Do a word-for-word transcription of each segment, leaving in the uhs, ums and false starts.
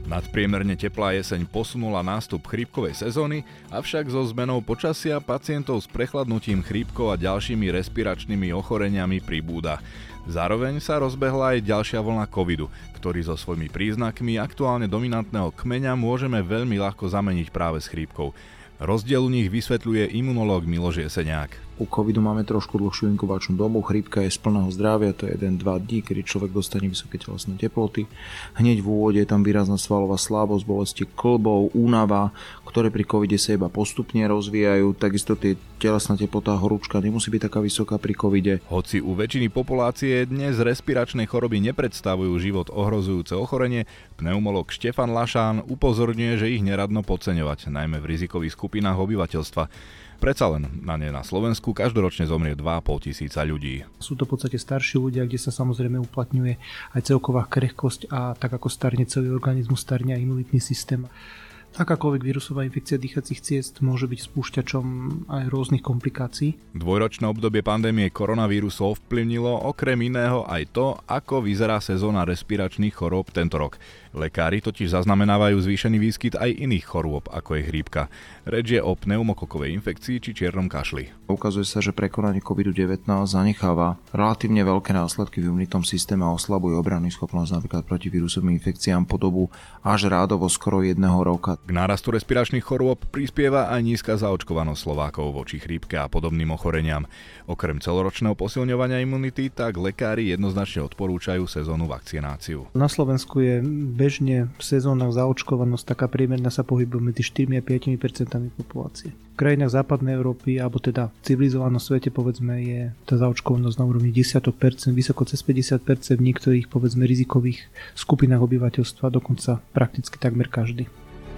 Nadpriemerne teplá jeseň posunula nástup chrípkovej sezóny, avšak so zmenou počasia pacientov s prechladnutím chrípkou a ďalšími respiračnými ochoreniami pribúda. Zároveň sa rozbehla aj ďalšia vlna covidu, ktorý so svojimi príznakmi aktuálne dominantného kmeňa môžeme veľmi ľahko zameniť práve s chrípkou. Rozdiel u nich vysvetľuje imunológ Miloš Jeseniak. U covidu máme trošku dlhšiu inkubačnú dobu, chrípka je z plného zdravia, to je jeden až dva dní, kedy človek dostane vysoké telesné teploty. Hneď v úvode je tam výrazná svalová slabosť, bolesti kĺbov, únava, ktoré pri covide sa iba postupne rozvíjajú. Takisto tie telesná teplota, horúčka nemusí byť taká vysoká pri covide. Hoci u väčšiny populácie dnes respiračné choroby nepredstavujú život ohrozujúce ochorenie, pneumológ Štefan Lašán upozorňuje, že ich neradno podceňovať, najmä v rizikových skupinách obyvateľstva. Predsa len na ne na Slovensku každoročne zomrie dva a pol tisíca ľudí. Sú to v podstate starší ľudia, kde sa samozrejme uplatňuje aj celková krehkosť a tak ako starne celý organizmus, starne aj imunitný systém. Akákoľvek vírusová infekcia dýchacích ciest môže byť spúšťačom aj rôznych komplikácií. Dvojročné obdobie pandémie koronavírusu ovplyvnilo okrem iného aj to, ako vyzerá sezóna respiračných chorôb tento rok. Lekári totiž zaznamenávajú zvýšený výskyt aj iných chorôb, ako je chrípka. Reč je o pneumokokovej infekcii či čiernom kašli. Ukazuje sa, že prekonanie kovid devätnásť zanecháva relatívne veľké následky v imunitnom systéme a oslabuje obrannú schopnosť napríklad proti vírusovým infekciám po dobu až rádovo skoro jedného roka. K nárastu respiračných chorôb prispieva aj nízka zaočkovanosť Slovákov voči chrípke a podobným ochoreniam. Okrem celoročného posilňovania imunity, tak lekári jednoznačne odporúčajú sezónnu vakcináciu. Na Slovensku je bežne sezónna zaočkovanosť taká priemerná sa pohybuje medzi štyri až päť percent populácie. V krajinách západnej Európy, alebo teda v civilizovanom svete, povedzme, je tá zaočkovanosť na úrovni desať percent, vysoko cez päťdesiat percent, v niektorých, povedzme, rizikových skupinách obyvateľstva, dokonca prakticky takmer každý.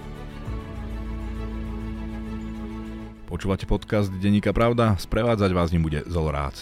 Počúvate podcast Denníka Pravda, sprevádzať vás ním bude Zol Rác.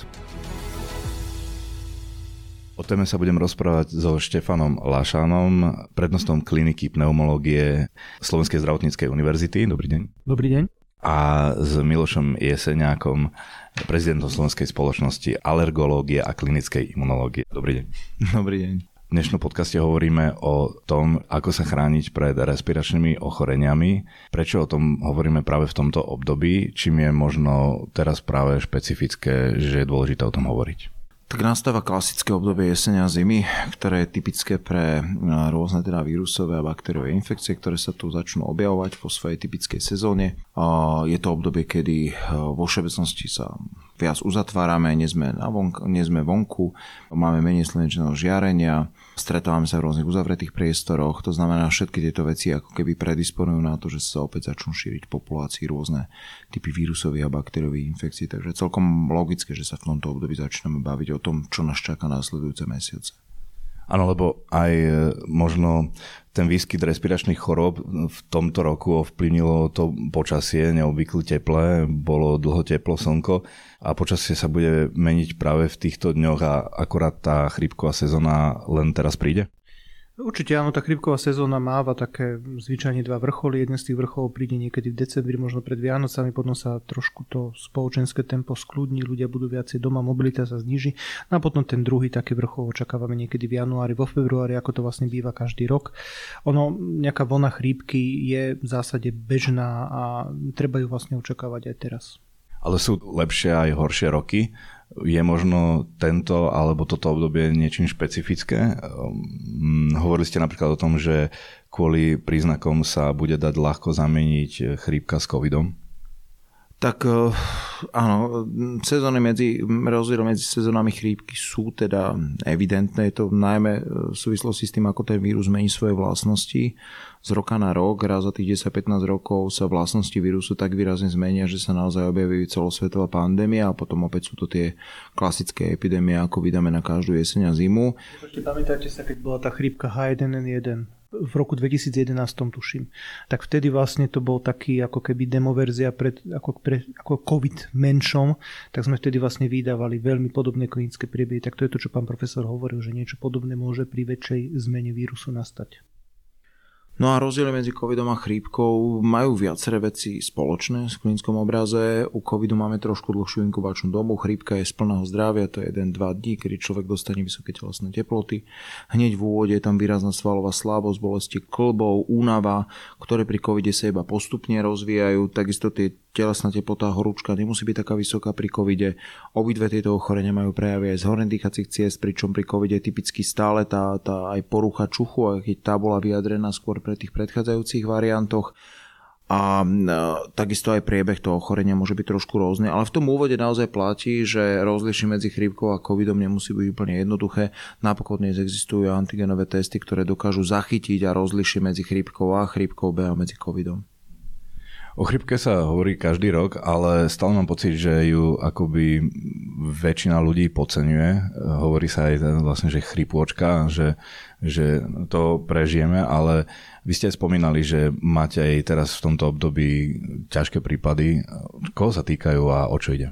O téme sa budem rozprávať so Štefanom Lašanom, prednostom kliniky pneumológie Slovenskej zdravotníckej univerzity. Dobrý deň. Dobrý deň. A s Milošom Jeseniakom, prezidentom Slovenskej spoločnosti alergológie a klinickej imunológie. Dobrý deň. Dobrý deň. V dnešnom podcaste hovoríme o tom, ako sa chrániť pred respiračnými ochoreniami. Prečo o tom hovoríme práve v tomto období? Čím je možno teraz práve špecifické, že je dôležité o tom hovoriť? Tak nastáva klasické obdobie jesene a zimy, ktoré je typické pre rôzne teda vírusové a baktériové infekcie, ktoré sa tu začnú objavovať vo svojej typickej sezóne. Je to obdobie, kedy vo všeobecnosti sa viac uzatvárame, nie sme, vonk, nie sme vonku, máme menej slnečného žiarenia, stretávame sa v rôznych uzavretých priestoroch, to znamená, všetky tieto veci ako keby predisponujú na to, že sa opäť začnú šíriť v populácii rôzne typy vírusových a baktériových infekcií, takže celkom logické, že sa v tomto období začneme baviť o tom, čo nás čaká následujúce mesiace. Áno, lebo aj možno ten výskyt respiračných chorôb v tomto roku ovplyvnilo to počasie, neobvykle teplé, bolo dlho teplo, slnko a počasie sa bude meniť práve v týchto dňoch a akorát tá chrípková sezóna len teraz príde? Určite áno, tá chrípková sezóna máva také zvyčajne dva vrcholy. Jeden z tých vrcholov príde niekedy v decembri, možno pred Vianocami, potom sa trošku to spoločenské tempo skľudní, ľudia budú viacej doma, mobilita sa zníži. No a potom ten druhý taký vrchol očakávame niekedy v januári, vo februári, ako to vlastne býva každý rok. Ono, nejaká vlna chrípky je v zásade bežná a treba ju vlastne očakávať aj teraz. Ale sú lepšie aj horšie roky. Je možno tento alebo toto obdobie niečím špecifické? Um, hovorili ste napríklad o tom, že kvôli príznakom sa bude dať ľahko zameniť chrípka s covidom? Tak áno, sezóny medzi, rozdiel medzi sezónami chrípky sú teda evidentné. Je to najmä v súvislosti s tým, ako ten vírus mení svoje vlastnosti. Z roka na rok, raz za tých desať až pätnásť rokov sa vlastnosti vírusu tak výrazne zmenia, že sa naozaj objaví celosvetová pandémia a potom opäť sú to tie klasické epidémie, ako vydáme na každú jeseň a zimu. Pamätáte sa, keď bola tá chrípka há jeden en jeden? V roku dvetisíc jedenásť tuším. Tak vtedy vlastne to bol taký ako keby demoverzia pred, ako, pre, ako COVID menšom, tak sme vtedy vlastne vydávali veľmi podobné klinické priebehy. Tak to je to, čo pán profesor hovoril, že niečo podobné môže pri väčšej zmene vírusu nastať. No a rozdiely medzi covidom a chrípkou majú viaceré veci spoločné v klinickom obraze. U covidu máme trošku dlhšiu inkubačnú dobu, chrípka je z plného zdravia, to je jeden až dva dní, kedy človek dostane vysoké telesné teploty. Hneď v úvode je tam výrazná svalová slabosť, bolesti kĺbov, únava, ktoré pri covide sa iba postupne rozvíjajú. Takisto tie telesná teplota a horúčka nemusí byť taká vysoká pri covide. Obidve tieto ochorenia majú prejavy aj z horných dýchacích ciest, pričom pri covide je typicky stále tá, tá aj porucha čuchu, aj keď tá bola vyjadrená skôr pre tých predchádzajúcich variantoch. A e, takisto aj priebeh toho ochorenia môže byť trošku rôzny, ale v tom úvode naozaj platí, že rozlišiť medzi chrípkou a covidom nemusí byť úplne jednoduché. Napokon dnes existujú antigenové testy, ktoré dokážu zachytiť a rozlišiť medzi chrípkou A, chrípkou B a medzi covidom. O chrípke sa hovorí každý rok, ale stále mám pocit, že ju akoby väčšina ľudí podceňuje. Hovorí sa aj vlastne, že chrípôčka, že, že to prežijeme, ale vy ste aj spomínali, že máte aj teraz v tomto období ťažké prípady. Koho sa týkajú a o čo ide?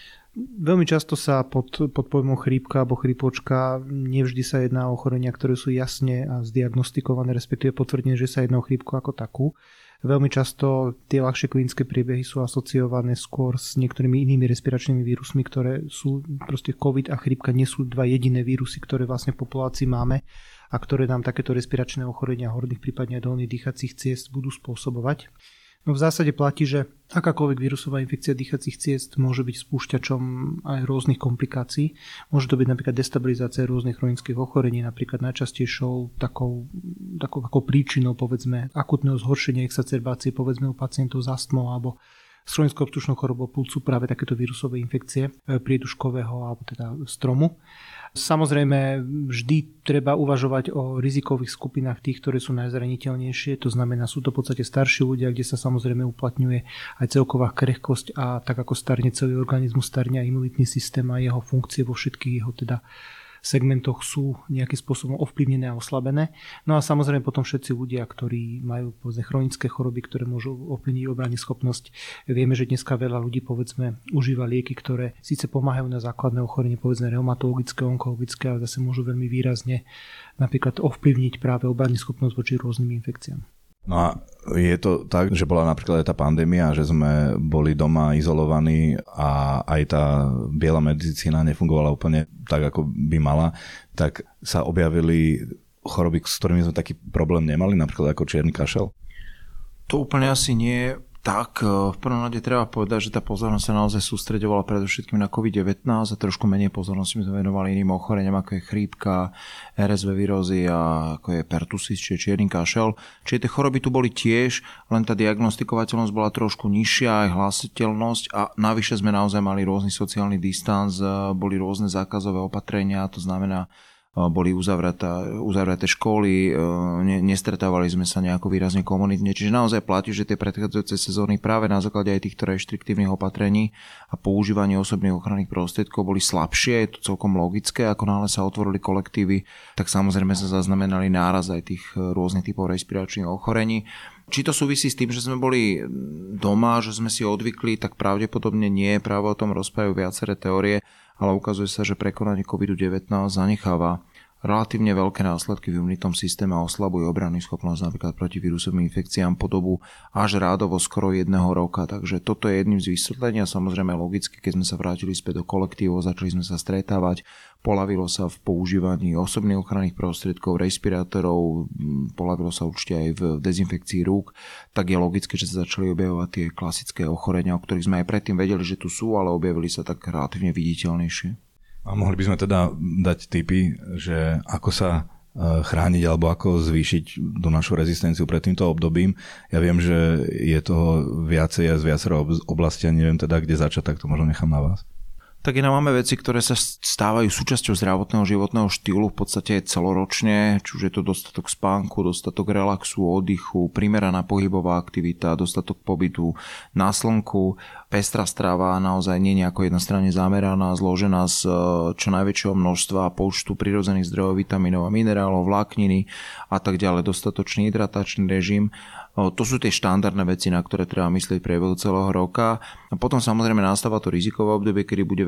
Veľmi často sa pod, pod pojmom chrípka alebo chrípočka nevždy sa jedná o ochorenia, ktoré sú jasne a zdiagnostikované, respektíve potvrdené, že sa jedná o chrípku ako takú. Veľmi často tie ľahšie klinické priebehy sú asociované skôr s niektorými inými respiračnými vírusmi, ktoré sú proste COVID a chrípka nie sú dva jediné vírusy, ktoré vlastne v populácii máme a ktoré nám takéto respiračné ochorenia horných, prípadne dolných dýchacích ciest budú spôsobovať. No v zásade platí, že akákoľvek vírusová infekcia dýchacích ciest môže byť spúšťačom aj rôznych komplikácií. Môže to byť napríklad destabilizácia rôznych chronických ochorení, napríklad najčastejšou takou, takou, takou príčinou povedzme akutného zhoršenia exacerbácie povedzme u pacientov s astmou alebo s chronickou obstrukčnou chorobou pľúc práve takéto vírusové infekcie prieduškového alebo teda stromu. Samozrejme, vždy treba uvažovať o rizikových skupinách tých, ktoré sú najzraniteľnejšie. To znamená, sú to v podstate starší ľudia, kde sa samozrejme uplatňuje aj celková krehkosť a tak ako starne celý organizmus, starne aj imunitný systém a jeho funkcie vo všetkých jeho teda segmentoch sú nejakým spôsobom ovplyvnené a oslabené. No a samozrejme potom všetci ľudia, ktorí majú povedzme chronické choroby, ktoré môžu ovplyvniť obranyschopnosť. Vieme, že dneska veľa ľudí povedzme užíva lieky, ktoré síce pomáhajú na základné ochorenie, povedzme reumatologické, onkologické, ale zase môžu veľmi výrazne napríklad ovplyvniť práve obranyschopnosť voči rôznym infekciám. No a je to tak, že bola napríklad aj tá pandémia, že sme boli doma izolovaní a aj tá biela medicína nefungovala úplne tak, ako by mala, tak sa objavili choroby, s ktorými sme taký problém nemali, napríklad ako čierny kašel? To úplne asi nie. Tak, v prvom rade treba povedať, že tá pozornosť sa naozaj sústreďovala predovšetkým na covid devätnásť a trošku menej pozornosti sme venovali iným ochoreniam, ako je chrípka, er es vé vírózy a ako je pertusis, čiže čierny kašel. Čiže tie choroby tu boli tiež, len tá diagnostikovateľnosť bola trošku nižšia, aj hlasiteľnosť a navyše sme naozaj mali rôzny sociálny distanc, boli rôzne zákazové opatrenia, to znamená, boli uzavreté, uzavreté školy, ne, nestretávali sme sa nejako výrazne komunitne, čiže naozaj platí, že tie predchádzajúce sezóny práve na základe aj týchto reštriktívnych opatrení a používanie osobných ochranných prostriedkov boli slabšie, je to celkom logické, ako náhle sa otvorili kolektívy, tak samozrejme sa zaznamenali náraz aj tých rôznych typov respiračných ochorení. Či to súvisí s tým, že sme boli doma, že sme si odvykli, tak pravdepodobne nie, práve o tom rozprávajú viaceré teórie, ale ukazuje sa, že prekonanie covid devätnásť zanecháva relatívne veľké následky v imunitnom systéme a oslabuje obrannú schopnosť napríklad proti vírusovým infekciám po dobu až rádovo skoro jedného roka. Takže toto je jedným z vysvetlení a samozrejme logicky, keď sme sa vrátili späť do kolektívov, začali sme sa stretávať, polavilo sa v používaní osobných ochranných prostriedkov, respirátorov, polavilo sa určite aj v dezinfekcii rúk, tak je logické, že sa začali objavovať tie klasické ochorenia, o ktorých sme aj predtým vedeli, že tu sú, ale objavili sa tak relatívne viditeľnejšie. A mohli by sme teda dať tipy, že ako sa chrániť alebo ako zvýšiť do našu rezistenciu pred týmto obdobím. Ja viem, že je toho viacej a z viacero oblasti a neviem teda, kde začať, tak to možno nechám na vás. Tak iné máme veci, ktoré sa stávajú súčasťou zdravotného životného štýlu v podstate celoročne, či už je to dostatok spánku, dostatok relaxu, oddychu, primeraná pohybová aktivita, dostatok pobytu na slnku, pestrá strava naozaj nie je nejako jednostranne zameraná, zložená z čo najväčšieho množstva počtu prirodzených zdrojov vitamínov a minerálov, vlákniny a tak ďalej, dostatočný hydratačný režim. To sú tie štandardné veci, na ktoré treba myslieť v priebehu celého roka. A potom samozrejme nastáva to rizikové obdobie, kedy bude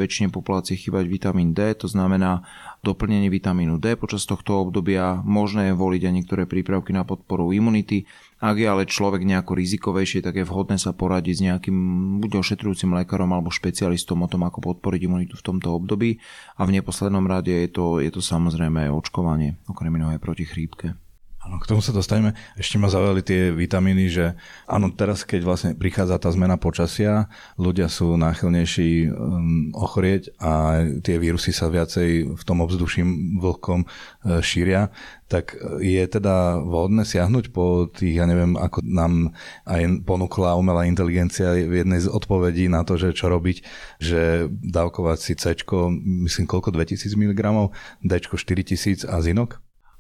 väčšine populácie chýbať vitamín D, to znamená doplnenie vitamínu D počas tohto obdobia. Možné je voliť aj niektoré prípravky na podporu imunity. Ak je ale človek nejako rizikovejšie, tak je vhodné sa poradiť s nejakým buď ošetrujúcim lekárom alebo špecialistom o tom, ako podporiť imunitu v tomto období. A v neposlednom rade je to, je to samozrejme aj očkovanie, okrem iného aj proti chrípke. Áno, k tomu sa dostaneme. Ešte ma zaujali tie vitamíny, že áno, teraz keď vlastne prichádza tá zmena počasia, ľudia sú náchylnejší um, ochorieť a tie vírusy sa viacej v tom ovzduší vlhkom uh, šíria, tak je teda vhodné siahnuť po tých, ja neviem, ako nám aj ponúkla umelá inteligencia v jednej z odpovedí na to, že čo robiť, že dávkovať si C-čko, myslím koľko, dvetisíc miligramov, D-čko štyritisíc a zinok?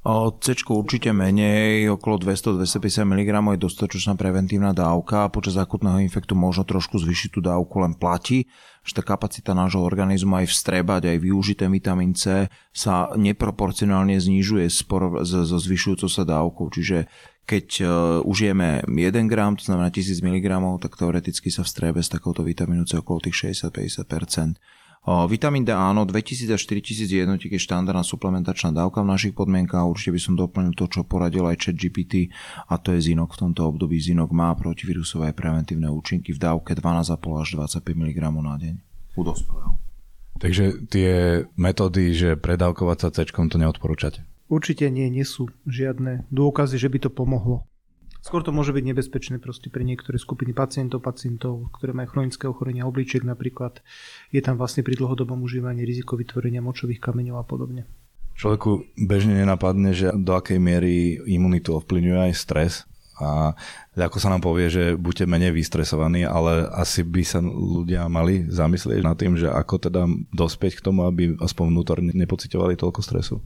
C-čko určite menej, okolo dvesto až dvestopäťdesiat miligramov je dostatočná preventívna dávka. Počas akutného infektu možno trošku zvýšiť tú dávku, len platí, že tá kapacita nášho organizmu aj vstrebať, aj využiť ten vitamín C sa neproporcionálne znižuje so zvyšujúcou sa dávkou. Čiže keď užijeme jeden gram, to znamená tisíc miligramov, tak teoreticky sa vstrebe z takouto vitamínu C okolo tých šesťdesiat až päťdesiat percent. Vitamín D áno, dvetisíc až štyritisíc jednotiek je štandardná suplementačná dávka v našich podmienkach. Určite by som doplnil to, čo poradil aj ChatGPT, a to je zinok. V tomto období zinok má protivírusové preventívne účinky v dávke dvanásť a pol až dvadsaťpäť miligramov na deň u dospelého. Takže tie metódy, že predávkovať sa C-čkom, to neodporúčate? Určite nie, nie sú žiadne dôkazy, že by to pomohlo. Skôr to môže byť nebezpečné proste pre niektoré skupiny pacientov, pacientov, ktoré majú chronické ochorenia obličiek napríklad. Je tam vlastne pri dlhodobom užívaní riziko vytvorenia močových kameňov a podobne. Človeku bežne nenapadne, že do akej miery imunitu ovplyvňuje aj stres. A ako sa nám povie, že buďte menej vystresovaní, ale asi by sa ľudia mali zamyslieť nad tým, že ako teda dospieť k tomu, aby aspoň vnútorne nepociťovali toľko stresu.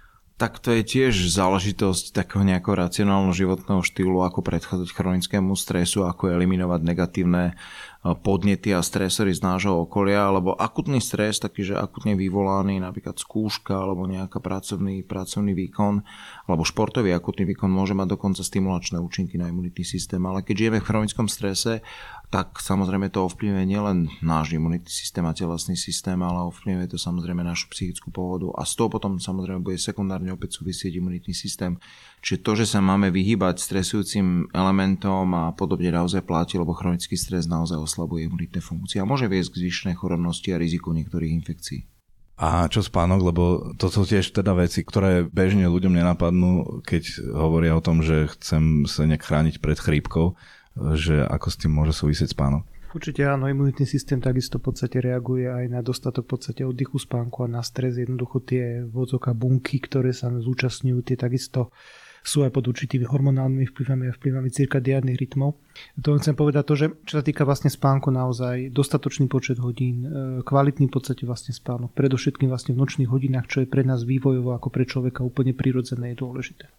Tak to je tiež záležitosť takého nejakého racionálneho životného štýlu, ako predchádzať chronickému stresu, ako eliminovať negatívne podnety a stresory z nášho okolia, alebo akutný stres, taký, že akutne vyvolaný, napríklad skúška alebo nejaká pracovný, pracovný výkon, alebo športový akutný výkon môže mať dokonca stimulačné účinky na imunitný systém. Ale keď žijeme v chronickom strese, tak samozrejme to ovplyvňuje nielen náš imunitný systém a telesný systém, ale ovplyvňuje to samozrejme našu psychickú pohodu a z toho potom samozrejme bude sekundárne opäť súvisieť imunitný systém. Čiže to, že sa máme vyhýbať stresujúcim elementom a podobne naozaj platí, lebo chronický stres naozaj oslabuje imunitné funkcie a môže viesť k zvýšenej chorobnosti a riziku niektorých infekcií. A čo spánok, lebo to sú tiež teda veci, ktoré bežne ľuďom nenapadnú, keď hovoria o tom, že chcem sa nejak chrániť pred chrípkou, že ako s tým môže súvisieť spánok? Určite áno, imunitný systém takisto v podstate reaguje aj na dostatok v podstate oddychu, spánku a na stres. Jednoducho tie vôdzok a bunky, ktoré sa zúčastňujú, tie takisto sú aj pod určitými hormonálnymi vplyvami a vplyvami cirkadiánnych rytmov. To chcem povedať to, že čo sa týka vlastne spánku, naozaj dostatočný počet hodín, kvalitný v podstate vlastne spánok, predovšetkým vlastne v nočných hodinách, čo je pre nás vývojovo ako pre človeka úplne prirodzené, je dôležité.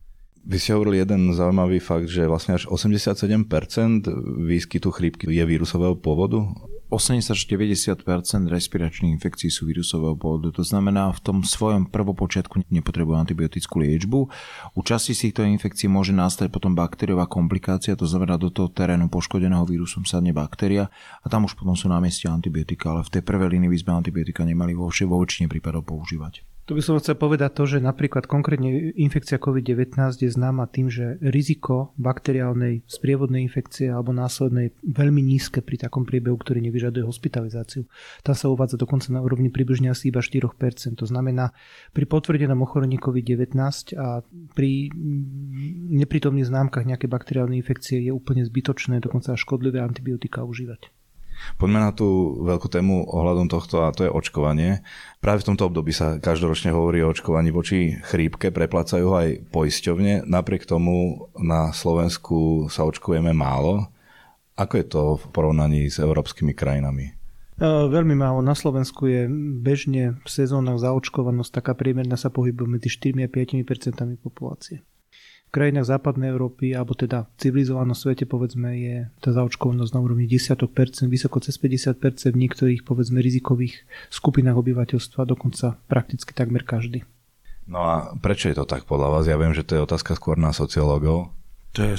Vy ste hovorili jeden zaujímavý fakt, že vlastne až osemdesiatsedem percent výskytu chrípky je vírusového pôvodu. osemdesiat až deväťdesiat percent respiračných infekcií sú vírusového pôvodu. To znamená, v tom svojom prvopočiatku nepotrebujú antibiotickú liečbu. U časti z týchto infekcií môže nastať potom bakteriová komplikácia, to znamená, do toho terénu poškodeného vírusom sadne baktéria a tam už potom sú na mieste antibiotika, ale v tej prvej línii by sme antibiotika nemali vo väčšine prípadov používať. Tu by som chcel povedať to, že napríklad konkrétne infekcia covid devätnásť je známa tým, že riziko bakteriálnej sprievodnej infekcie alebo následnej veľmi nízke pri takom priebehu, ktorý nevyžaduje hospitalizáciu. Tá sa uvádza dokonca na úrovni približne asi iba štyri percentá. To znamená, pri potvrdenom ochorení covid devätnásť a pri neprítomných známkach nejakej bakteriálnej infekcie je úplne zbytočné, dokonca škodlivé antibiotika užívať. Poďme na tú veľkú tému ohľadom tohto a to je očkovanie. Práve v tomto období sa každoročne hovorí o očkovaní voči chrípke, preplácajú ho aj poisťovne. Napriek tomu na Slovensku sa očkujeme málo. Ako je to v porovnaní s európskymi krajinami? Veľmi málo. Na Slovensku je bežne v sezónach zaočkovanosť taká priemerná sa pohybuje medzi štyri až päť percent populácie. V krajinách západnej Európy, alebo teda v civilizovanom svete, povedzme, je tá zaočkovanosť na úrovni desať percent, vysoko cez päťdesiat percent, v niektorých, povedzme, rizikových skupinách obyvateľstva, dokonca prakticky takmer každý. No a prečo je to tak podľa vás? Ja viem, že to je otázka skôr na sociológov. To je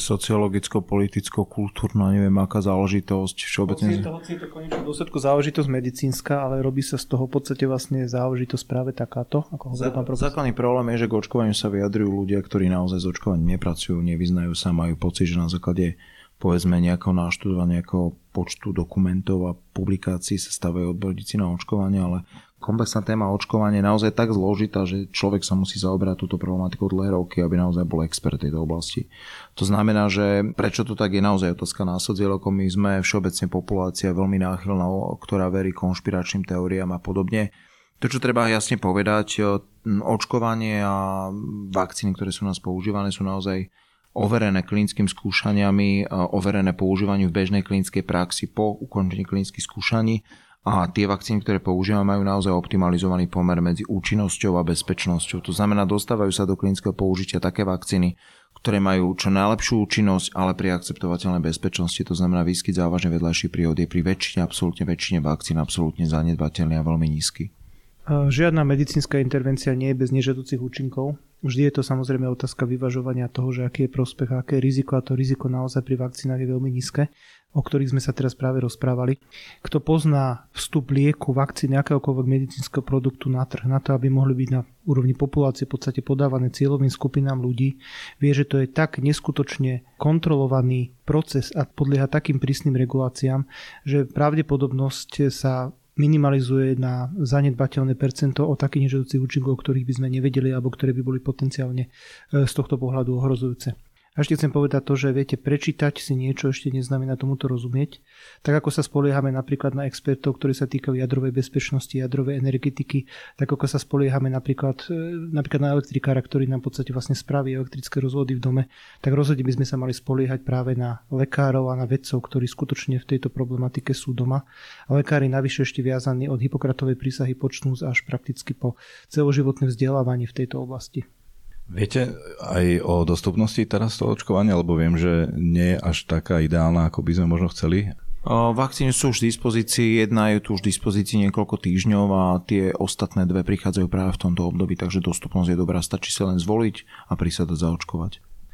sociologicko-politicko-kultúrna, neviem aká záležitosť všeobecne. Hoci je to, hoci je to konečne dôsledku záležitosť medicínska, ale robí sa z toho v podstate vlastne záležitosť práve takáto. Ako Zá, základný problém je, že k očkovaniu sa vyjadrujú ľudia, ktorí naozaj s očkovaním nepracujú, nevyznajú sa, majú pocit, že na základe povedzme nejakého náštudovania, nejakého počtu dokumentov a publikácií sa stavajú odborníci na očkovanie, ale komplexná téma očkovania je naozaj tak zložitá, že človek sa musí zaoberať túto problematikou dlhé roky, aby naozaj bol expert tejto oblasti. To znamená, že prečo to tak je naozaj otázka následziel, ako my sme všeobecne populácia veľmi náchylná, ktorá verí konšpiračným teóriám a podobne. To, čo treba jasne povedať, očkovanie a vakcíny, ktoré sú u nás používané, sú naozaj overené klinickými skúšaniami, overené používaniu v bežnej klinickej praxi po ukončení klinických skúšaní. A tie vakcíny, ktoré používame, majú naozaj optimalizovaný pomer medzi účinnosťou a bezpečnosťou. To znamená, dostávajú sa do klinického použitia také vakcíny, ktoré majú čo najlepšiu účinnosť, ale pri akceptovateľnej bezpečnosti. To znamená, výskyt závažne vedľajších príhod je pri väčšine, absolútne väčšine vakcín absolútne zanedbateľný a veľmi nízky. Žiadna medicínska intervencia nie je bez nežiaducich účinkov. Vždy je to samozrejme otázka vyvažovania toho, že aký je prospech a aké je riziko, a to riziko naozaj pri vakcínach je veľmi nízke, o ktorých sme sa teraz práve rozprávali. Kto pozná vstup lieku, vakcíny, akéhokoľvek medicínskeho produktu na trh, na to, aby mohli byť na úrovni populácie v podstate podávané cieľovým skupinám ľudí, vie, že to je tak neskutočne kontrolovaný proces a podlieha takým prísnym reguláciám, že pravdepodobnosť sa minimalizuje na zanedbateľné percento o takých nežiaducich účinkov, ktorých by sme nevedeli alebo ktoré by boli potenciálne z tohto pohľadu ohrozujúce. A ešte chcem povedať to, že viete, prečítať si niečo ešte neznamená tomuto rozumieť. Tak ako sa spoliehame napríklad na expertov, ktorí sa týkajú jadrovej bezpečnosti, jadrovej energetiky, tak ako sa spoliehame napríklad, napríklad na elektrikára, ktorý nám v podstate vlastne spraví elektrické rozvody v dome, tak rozhodne by sme sa mali spoliehať práve na lekárov a na vedcov, ktorí skutočne v tejto problematike sú doma. A lekári navyše ešte viazaní od Hipokratovej prísahy počnúc až prakticky po celoživotné vzdelávanie v tejto oblasti. Viete aj o dostupnosti teraz toho očkovania, lebo viem, že nie je až taká ideálna, ako by sme možno chceli? Vakcíny sú už v dispozícii, jedna je tu už v dispozícii niekoľko týždňov a tie ostatné dve prichádzajú práve v tomto období, takže dostupnosť je dobrá, stačí sa len zvoliť a prísť sa dať zaočkovať.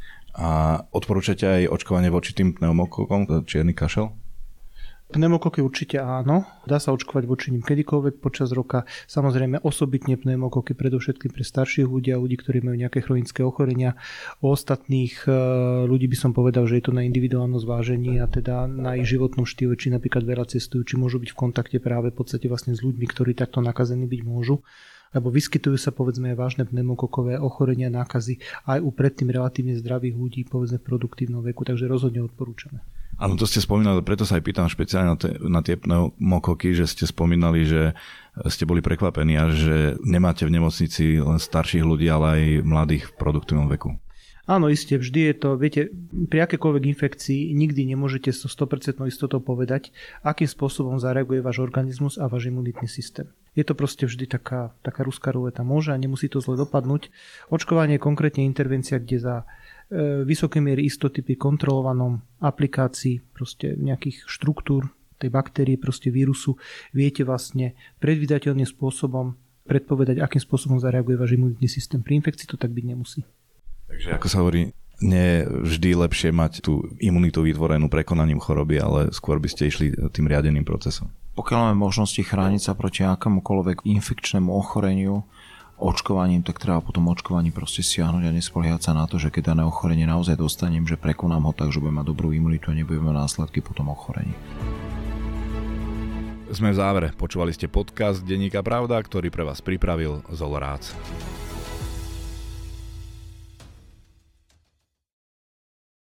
A odporúčate aj očkovanie voči tým pneumokokom, čierny kašel? Pneumokoky určite áno, dá sa očkovať voči nim kedykoľvek počas roka. Samozrejme osobitne pneumokoky predovšetkým pre starších ľudí a ľudí, ktorí majú nejaké chronické ochorenia. O ostatných ľudí by som povedal, že je to na individuálnom zvážení a teda na ich životnom štýle, či napríklad veľa cestujú, či môžu byť v kontakte práve v podstate vlastne s ľuďmi, ktorí takto nakazení byť môžu. Lebo vyskytujú sa povedzme vážne pneumokokové ochorenia, nákazy aj u predtým relatívne zdravých ľudí, povedzme v produktívnom veku, takže rozhodne odporúčame. Áno, to ste spomínali, preto sa aj pýtam špeciálne na, te, na tie pneumokoky, že ste spomínali, že ste boli prekvapení a že nemáte v nemocnici len starších ľudí, ale aj mladých v produktívnom veku. Áno, iste, vždy je to, viete, pri akékoľvek infekcii nikdy nemôžete so sto percent istotou povedať, akým spôsobom zareaguje váš organizmus a váš imunitný systém. Je to proste vždy taká, taká ruská ruleta, môže a nemusí to zle dopadnúť. Očkovanie je konkrétne intervencia, kde za e, vysoké miery istoty pri kontrolovanom aplikácii proste nejakých štruktúr tej baktérie, proste vírusu, viete vlastne predvídateľným spôsobom predpovedať, akým spôsobom zareaguje váš imunitný systém. Pri infekcii to tak byť nemusí. Takže ako sa hovorí, nie je vždy lepšie mať tú imunitu vytvorenú prekonaním choroby, ale skôr by ste išli tým riadeným procesom. Pokiaľ máme možnosti chrániť sa proti akémukoľvek infekčnému ochoreniu očkovaním, tak treba potom očkovaní proste siahnuť a nespoliehať sa na to, že keď dané ochorenie naozaj dostanem, že prekonám ho tak, že budem mať dobrú imunitu a nebudeme následky potom ochorení. Sme v závere. Počúvali ste podcast Denníka Pravda, ktorý pre vás pripravil Zol Rác.